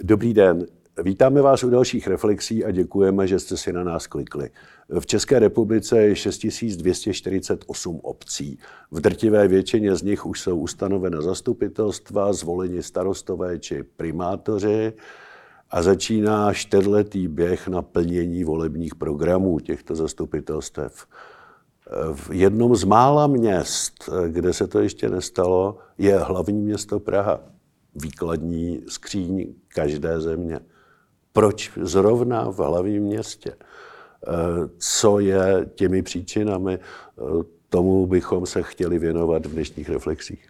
Dobrý den. Vítáme vás u dalších reflexí a děkujeme, že jste si na nás klikli. V České republice je 6248 obcí. V drtivé většině z nich už jsou ustanovena zastupitelstva, zvoleni starostové či primátoři a začíná 4letý běh na plnění volebních programů těchto zastupitelstev. V jednom z mála měst, kde se to ještě nestalo, je hlavní město Praha. Výkladní skříň každé země. Proč zrovna v hlavním městě? Co je těmi příčinami? Tomu bychom se chtěli věnovat v dnešních reflexích.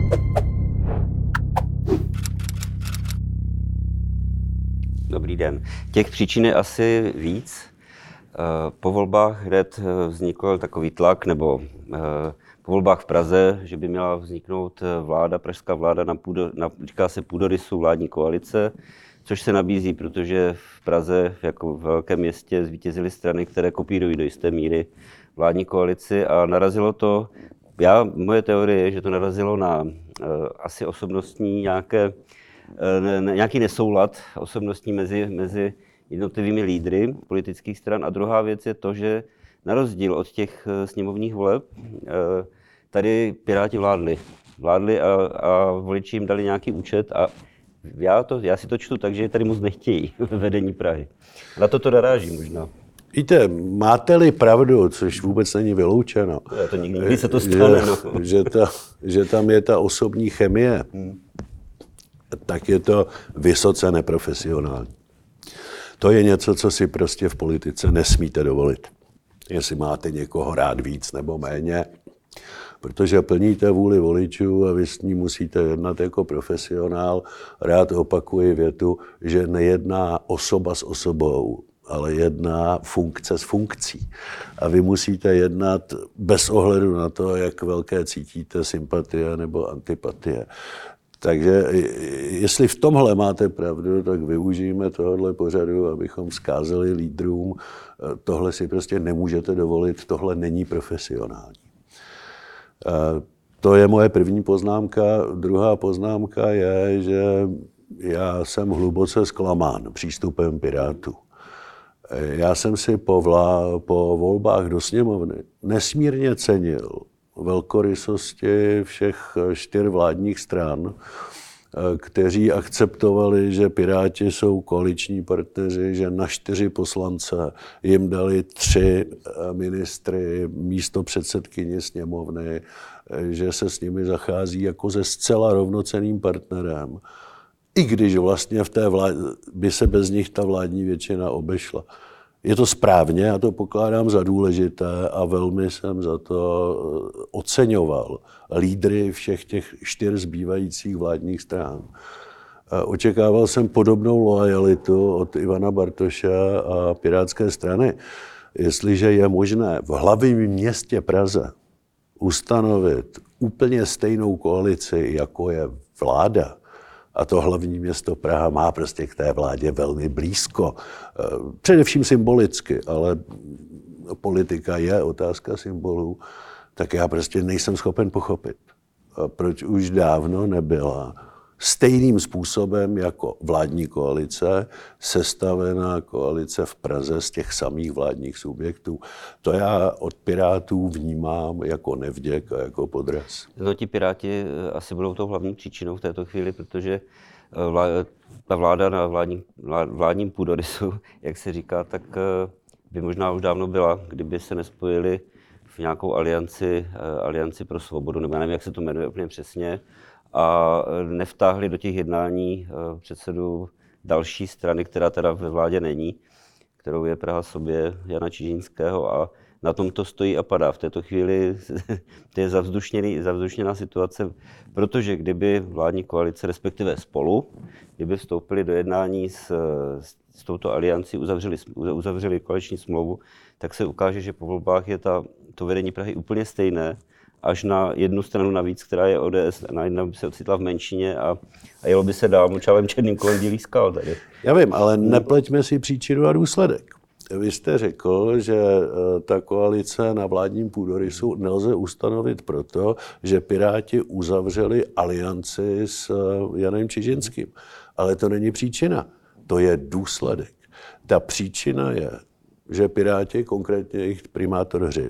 Dobrý den. Těch příčin je asi víc. Po volbách hned vznikl takový tlak, nebo po volbách v Praze, že by měla vzniknout vláda, pražská vláda říká se půdorysu vládní koalice, což se nabízí, protože v Praze jako v velkém městě zvítězily strany, které kopírují do jisté míry vládní koalici a narazilo to, moje teorie je, že to narazilo na asi osobnostní nějaký nesoulad osobnostní mezi jednotlivými lídry politických stran. A druhá věc je to, že na rozdíl od těch sněmovních voleb, tady Piráti vládli a voliči jim dali nějaký účet a já si to čtu tak, že je tady moc nechtějí ve vedení Prahy. Na to naráží možná. Víte, máte-li pravdu, což vůbec není vyloučeno, To nikdy se to stane, že tam je ta osobní chemie, tak je to vysoce neprofesionální. To je něco, co si prostě v politice nesmíte dovolit. Jestli máte někoho rád víc nebo méně, protože plníte vůli voličů a vy s ní musíte jednat jako profesionál. Rád opakuji větu, že nejedná osoba s osobou, ale jedná funkce s funkcí. A vy musíte jednat bez ohledu na to, jak velké cítíte sympatie nebo antipatie. Takže jestli v tomhle máte pravdu, tak využijeme tohohle pořadu, abychom vzkázali lídrům, tohle si prostě nemůžete dovolit, tohle není profesionální. To je moje první poznámka. Druhá poznámka je, že já jsem hluboce zklamán přístupem Pirátů. Já jsem si po volbách do sněmovny nesmírně cenil velkorysosti všech 4 vládních stran, kteří akceptovali, že Piráti jsou koaliční partneři, že na 4 poslance jim dali 3 ministry, místopředsedkyni sněmovny, že se s nimi zachází jako se zcela rovnocenným partnerem, i když vlastně v té by se bez nich ta vládní většina obešla. Je to správně, já to pokládám za důležité a velmi jsem za to oceňoval lídry všech těch 4 zbývajících vládních stran. Očekával jsem podobnou loajalitu od Ivana Bartoše a Pirátské strany. Jestliže je možné v hlavním městě Praze ustanovit úplně stejnou koalici, jako je vláda, a to hlavní město Praha má prostě k té vládě velmi blízko. Především symbolicky, ale politika je otázka symbolů, tak já prostě nejsem schopen pochopit, proč už dávno nebyla stejným způsobem jako vládní koalice sestavená koalice v Praze z těch samých vládních subjektů. To já od Pirátů vnímám jako nevděk a jako podraz. No, ti Piráti asi budou tou hlavní příčinou v této chvíli, protože ta vláda na vládním půdorysu, jak se říká, tak by možná už dávno byla, kdyby se nespojili v nějakou alianci pro svobodu, nebo já nevím, jak se to jmenuje úplně přesně, a nevtáhli do těch jednání předsedu další strany, která teda ve vládě není, kterou je Praha sobě, Jana Čižinského, a na tom to stojí a padá. V této chvíli to je zavzdušněná situace, protože kdyby vládní koalice, respektive spolu, kdyby vstoupili do jednání s touto aliancí, uzavřeli koaliční smlouvu, tak se ukáže, že po volbách je to vedení Prahy úplně stejné, až na jednu stranu navíc, která je ODS, a na jednu by se ocitla v menšině a jelo by se dál močálem černým kolem bílý skal tady. Já vím, ale nepleťme si příčinu a důsledek. Vy jste řekl, že ta koalice na vládním půdorysu nelze ustanovit proto, že Piráti uzavřeli alianci s Janem Čižinským. Ale to není příčina, to je důsledek. Ta příčina je, že Piráti, konkrétně jejich primátor Hřib,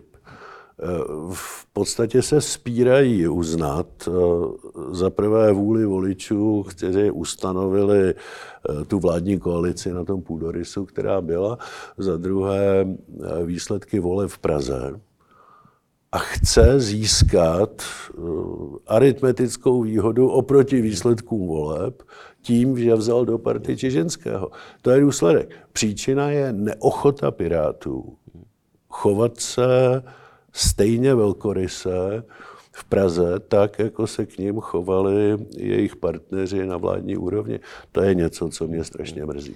v podstatě se spírají uznat za prvé vůli voličů, kteří ustanovili tu vládní koalici na tom půdorysu, která byla, za druhé výsledky voleb v Praze a chce získat aritmetickou výhodu oproti výsledkům voleb tím, že vzal do party Čižinského. To je důsledek. Příčina je neochota Pirátů chovat se stejně velkoryse v Praze, tak, jako se k nim chovali jejich partneři na vládní úrovni. To je něco, co mě strašně mrzí.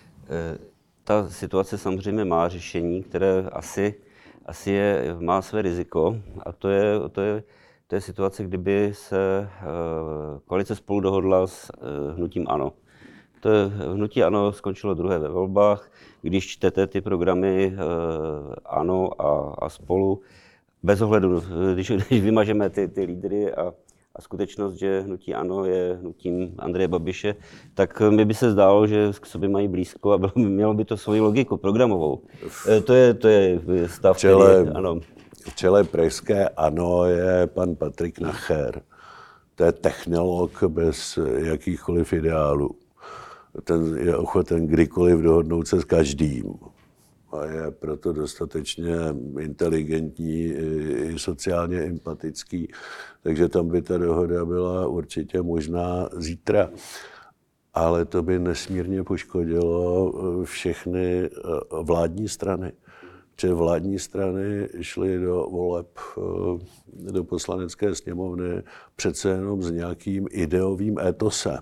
Ta situace samozřejmě má řešení, které asi má své riziko, a to je situace, kdyby se koalice Spolu dohodla s hnutím ANO. To hnutí ANO skončilo druhé ve volbách. Když čtete ty programy ANO a Spolu, bez ohledu, když vymažeme ty lídry a skutečnost, že hnutí ANO je hnutím Andreje Babiše, tak mi by se zdálo, že k sobě mají blízko a mělo by to svoji logiku programovou. To je stav, který ano. V čele pražské ANO je pan Patrik Nacher. To je technolog bez jakýchkoliv ideálů. Ten je ochoten kdykoliv dohodnout se s každým. A je proto dostatečně inteligentní i sociálně empatický. Takže tam by ta dohoda byla určitě možná zítra. Ale to by nesmírně poškodilo všechny vládní strany. Že vládní strany šly do voleb do Poslanecké sněmovny přece jenom s nějakým ideovým étosem.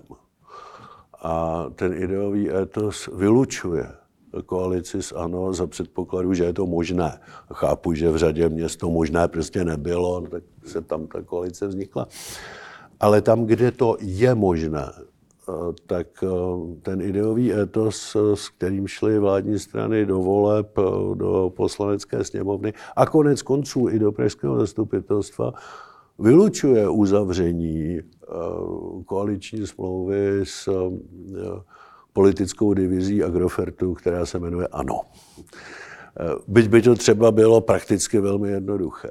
A ten ideový étos vylučuje koalici s ANO za předpokladu, že je to možné. Chápu, že v řadě měst to možné prostě nebylo, tak se tam ta koalice vznikla. Ale tam, kde to je možné, tak ten ideový étos, s kterým šly vládní strany do voleb, do Poslanecké sněmovny a konec konců i do pražského zastupitelstva, vylučuje uzavření koaliční smlouvy s politickou divizí Agrofertu, která se jmenuje ANO. Byť by to třeba bylo prakticky velmi jednoduché.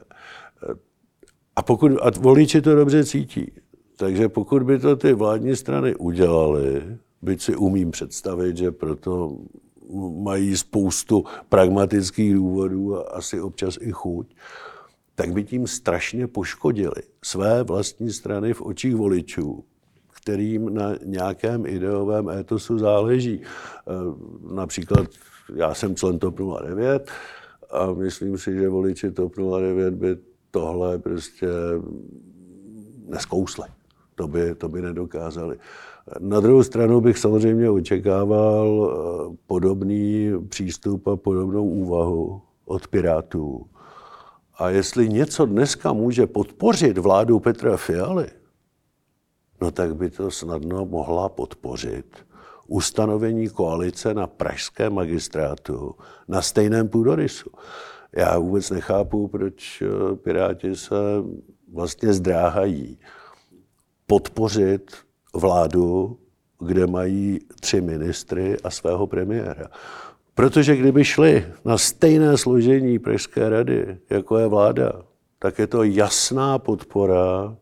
A voliči to dobře cítí. Takže pokud by to ty vládní strany udělaly, byť si umím představit, že proto mají spoustu pragmatických důvodů a asi občas i chuť, tak by tím strašně poškodili své vlastní strany v očích voličů, kterým na nějakém ideovém étosu záleží. Například já jsem člen TOP 09 a myslím si, že voliči TOP 09 by tohle prostě neskousli. To by nedokázali. Na druhou stranu bych samozřejmě očekával podobný přístup a podobnou úvahu od Pirátů. A jestli něco dneska může podpořit vládu Petra Fialy, no tak by to snadno mohla podpořit ustanovení koalice na pražském magistrátu na stejném půdorysu. Já vůbec nechápu, proč Piráti se vlastně zdráhají podpořit vládu, kde mají 3 ministry a svého premiéra. Protože kdyby šli na stejné složení Pražské rady, jako je vláda, tak je to jasná podpora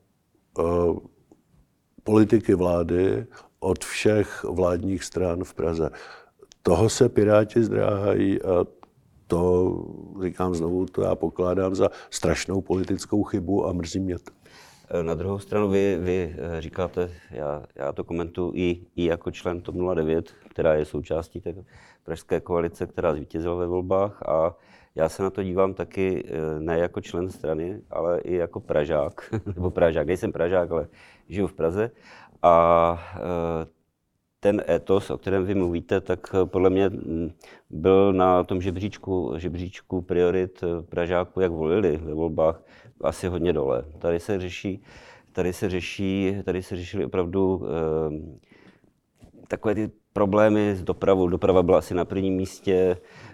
politiky vlády od všech vládních stran v Praze. Toho se Piráti zdráhají a to, říkám znovu, to já pokládám za strašnou politickou chybu a mrzí mě to. Na druhou stranu vy říkáte, já to komentuji i jako člen TOP 09, která je součástí té pražské koalice, která zvítězila ve volbách, a já se na to dívám taky ne jako člen strany, ale i jako Pražák, nebo Pražák, nejsem Pražák, ale žiju v Praze. A ten étos, o kterém vy mluvíte, tak podle mě byl na tom žebříčku priorit Pražáků, jak volili ve volbách, asi hodně dole. Tady se řešily opravdu takové ty problémy s dopravou. Doprava byla asi na prvním místě,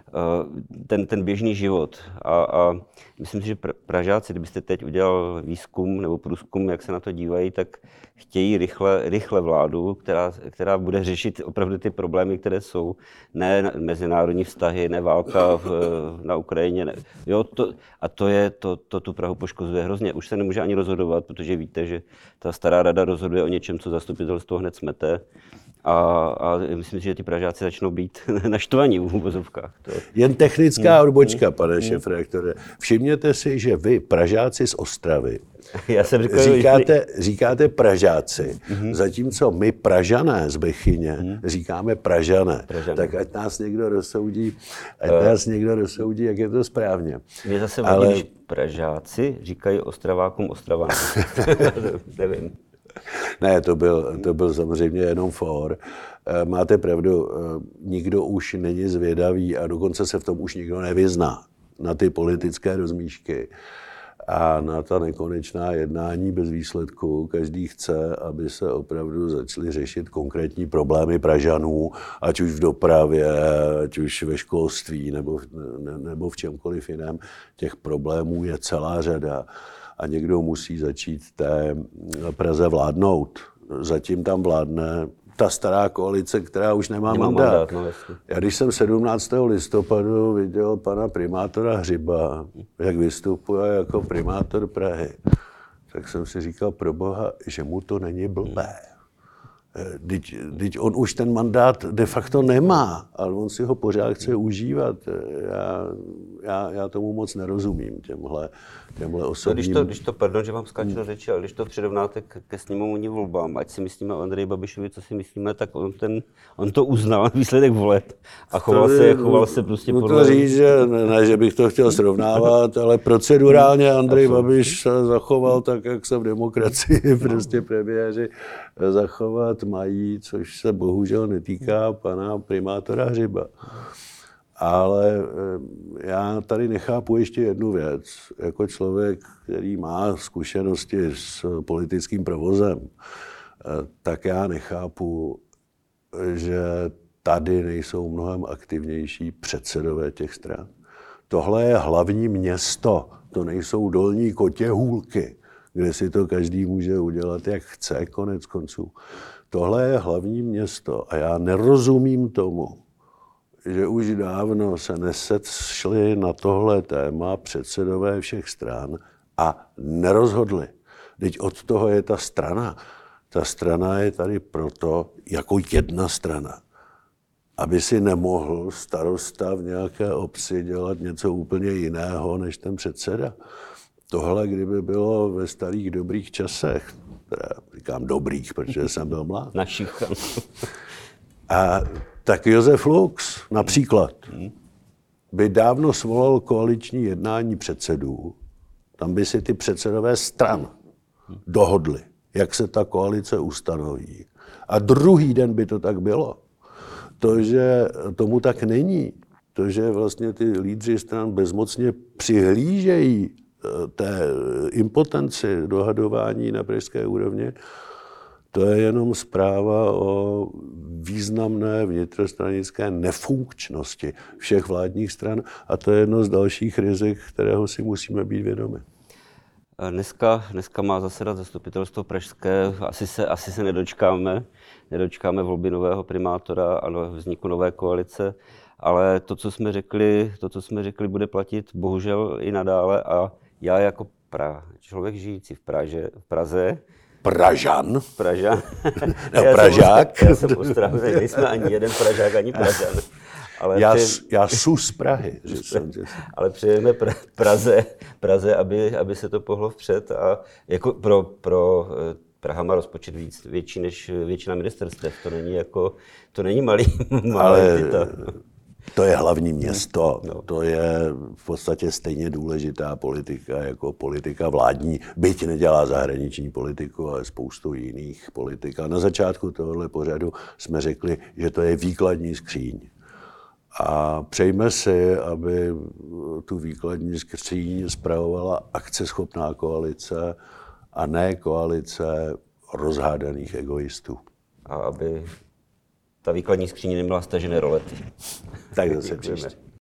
ten běžný život. A myslím si, že Pražáci, kdybyste teď udělal výzkum nebo průzkum, jak se na to dívají, tak chtějí rychle vládu, která bude řešit opravdu ty problémy, které jsou. Ne mezinárodní vztahy, ne válka na Ukrajině. Ne. Jo, to tu Prahu poškozuje hrozně. Už se nemůže ani rozhodovat, protože víte, že ta stará rada rozhoduje o něčem, co zastupitelstvo hned smete. A myslím si, že ty Pražáci začnou být naštvaní v uvozovkách. Jen technická odbočka, pane šéfredaktore. Všimněte si, že vy, Pražáci z Ostravy, já jsem říkáte Pražáci, zatímco my Pražané z Bechyně říkáme Pražané. Tak ať nás někdo rozsoudí, jak je to správně. Mě zase vadí, když Pražáci říkají Ostravákům Ostravanům. Nevím. Ne, to byl samozřejmě jenom for. Máte pravdu, nikdo už není zvědavý a dokonce se v tom už nikdo nevyzná na ty politické rozmíšky a na ta nekonečná jednání bez výsledku. Každý chce, aby se opravdu začaly řešit konkrétní problémy Pražanů, ať už v dopravě, ať už ve školství nebo v čemkoliv jiném. Těch problémů je celá řada. A někdo musí začít té Praze vládnout. Zatím tam vládne ta stará koalice, která už nemá mandát. Já když jsem 17. listopadu viděl pana primátora Hřiba, jak vystupuje jako primátor Prahy, tak jsem si říkal, proboha, že mu to není blbé. Teď on už ten mandát de facto nemá, ale on si ho pořád chce užívat. Já tomu moc nerozumím, těmhle osobním... Pardon, že vám skáču do řeči, ale když to přirovnáte ke sněmovním volbám, ať si myslíme o Andreji Babišovi, co si myslíme, tak on to uznal, výsledek voleb a choval se prostě podle... Můžu říct, že ne, že bych to chtěl srovnávat, ale procedurálně Andrej Babiš se zachoval tak, jak se v demokracii prostě premiéři zachovat mají, což se bohužel netýká pana primátora Hřiba. Ale já tady nechápu ještě jednu věc. Jako člověk, který má zkušenosti s politickým provozem, tak já nechápu, že tady nejsou mnohem aktivnější předsedové těch stran. Tohle je hlavní město, to nejsou dolní Kotěhůlky, kde si to každý může udělat, jak chce, konec konců. Tohle je hlavní město a já nerozumím tomu, že už dávno se nesešli na tohle téma předsedové všech stran a nerozhodli. Teď od toho je ta strana. Ta strana je tady proto jako jedna strana, aby si nemohl starosta v nějaké obci dělat něco úplně jiného než ten předseda. Tohle, kdyby bylo ve starých dobrých časech, teda říkám dobrých, protože jsem byl mlád. Našich. A tak Josef Lux například by dávno svolal koaliční jednání předsedů, tam by si ty předsedové stran dohodli, jak se ta koalice ustanoví. A druhý den by to tak bylo. To, že tomu tak není, to, že vlastně ty lídři stran bezmocně přihlížejí té impotenci dohadování na pražské úrovni, to je jenom zpráva o významné vnitrostranické nefunkčnosti všech vládních stran a to je jedno z dalších rizik, kterého si musíme být vědomi. Dneska má zasedat zastupitelstvo pražské, asi se nedočkáme volby nového primátora a vzniku nové koalice, ale to, co jsme řekli, bude platit bohužel i nadále a já jako člověk žijící v Praze, Pražan. No, Pražák. Já jsem Ostravec, nejsme ani jeden Pražák, ani Pražan. Ale já jsem z Prahy. Ale přejeme Praze, aby se to pohlo vpřed. A jako pro Praha má rozpočet větší než většina ministerstev. To není malý entita. To je hlavní město, to je v podstatě stejně důležitá politika jako politika vládní, byť nedělá zahraniční politiku, ale spoustu jiných politik. A na začátku tohoto pořadu jsme řekli, že to je výkladní skříň. A přejme si, aby tu výkladní skříň spravovala akceschopná koalice a ne koalice rozhádaných egoistů. A aby ta výkladní skříně neměla stažené rolety. Tak zase příště.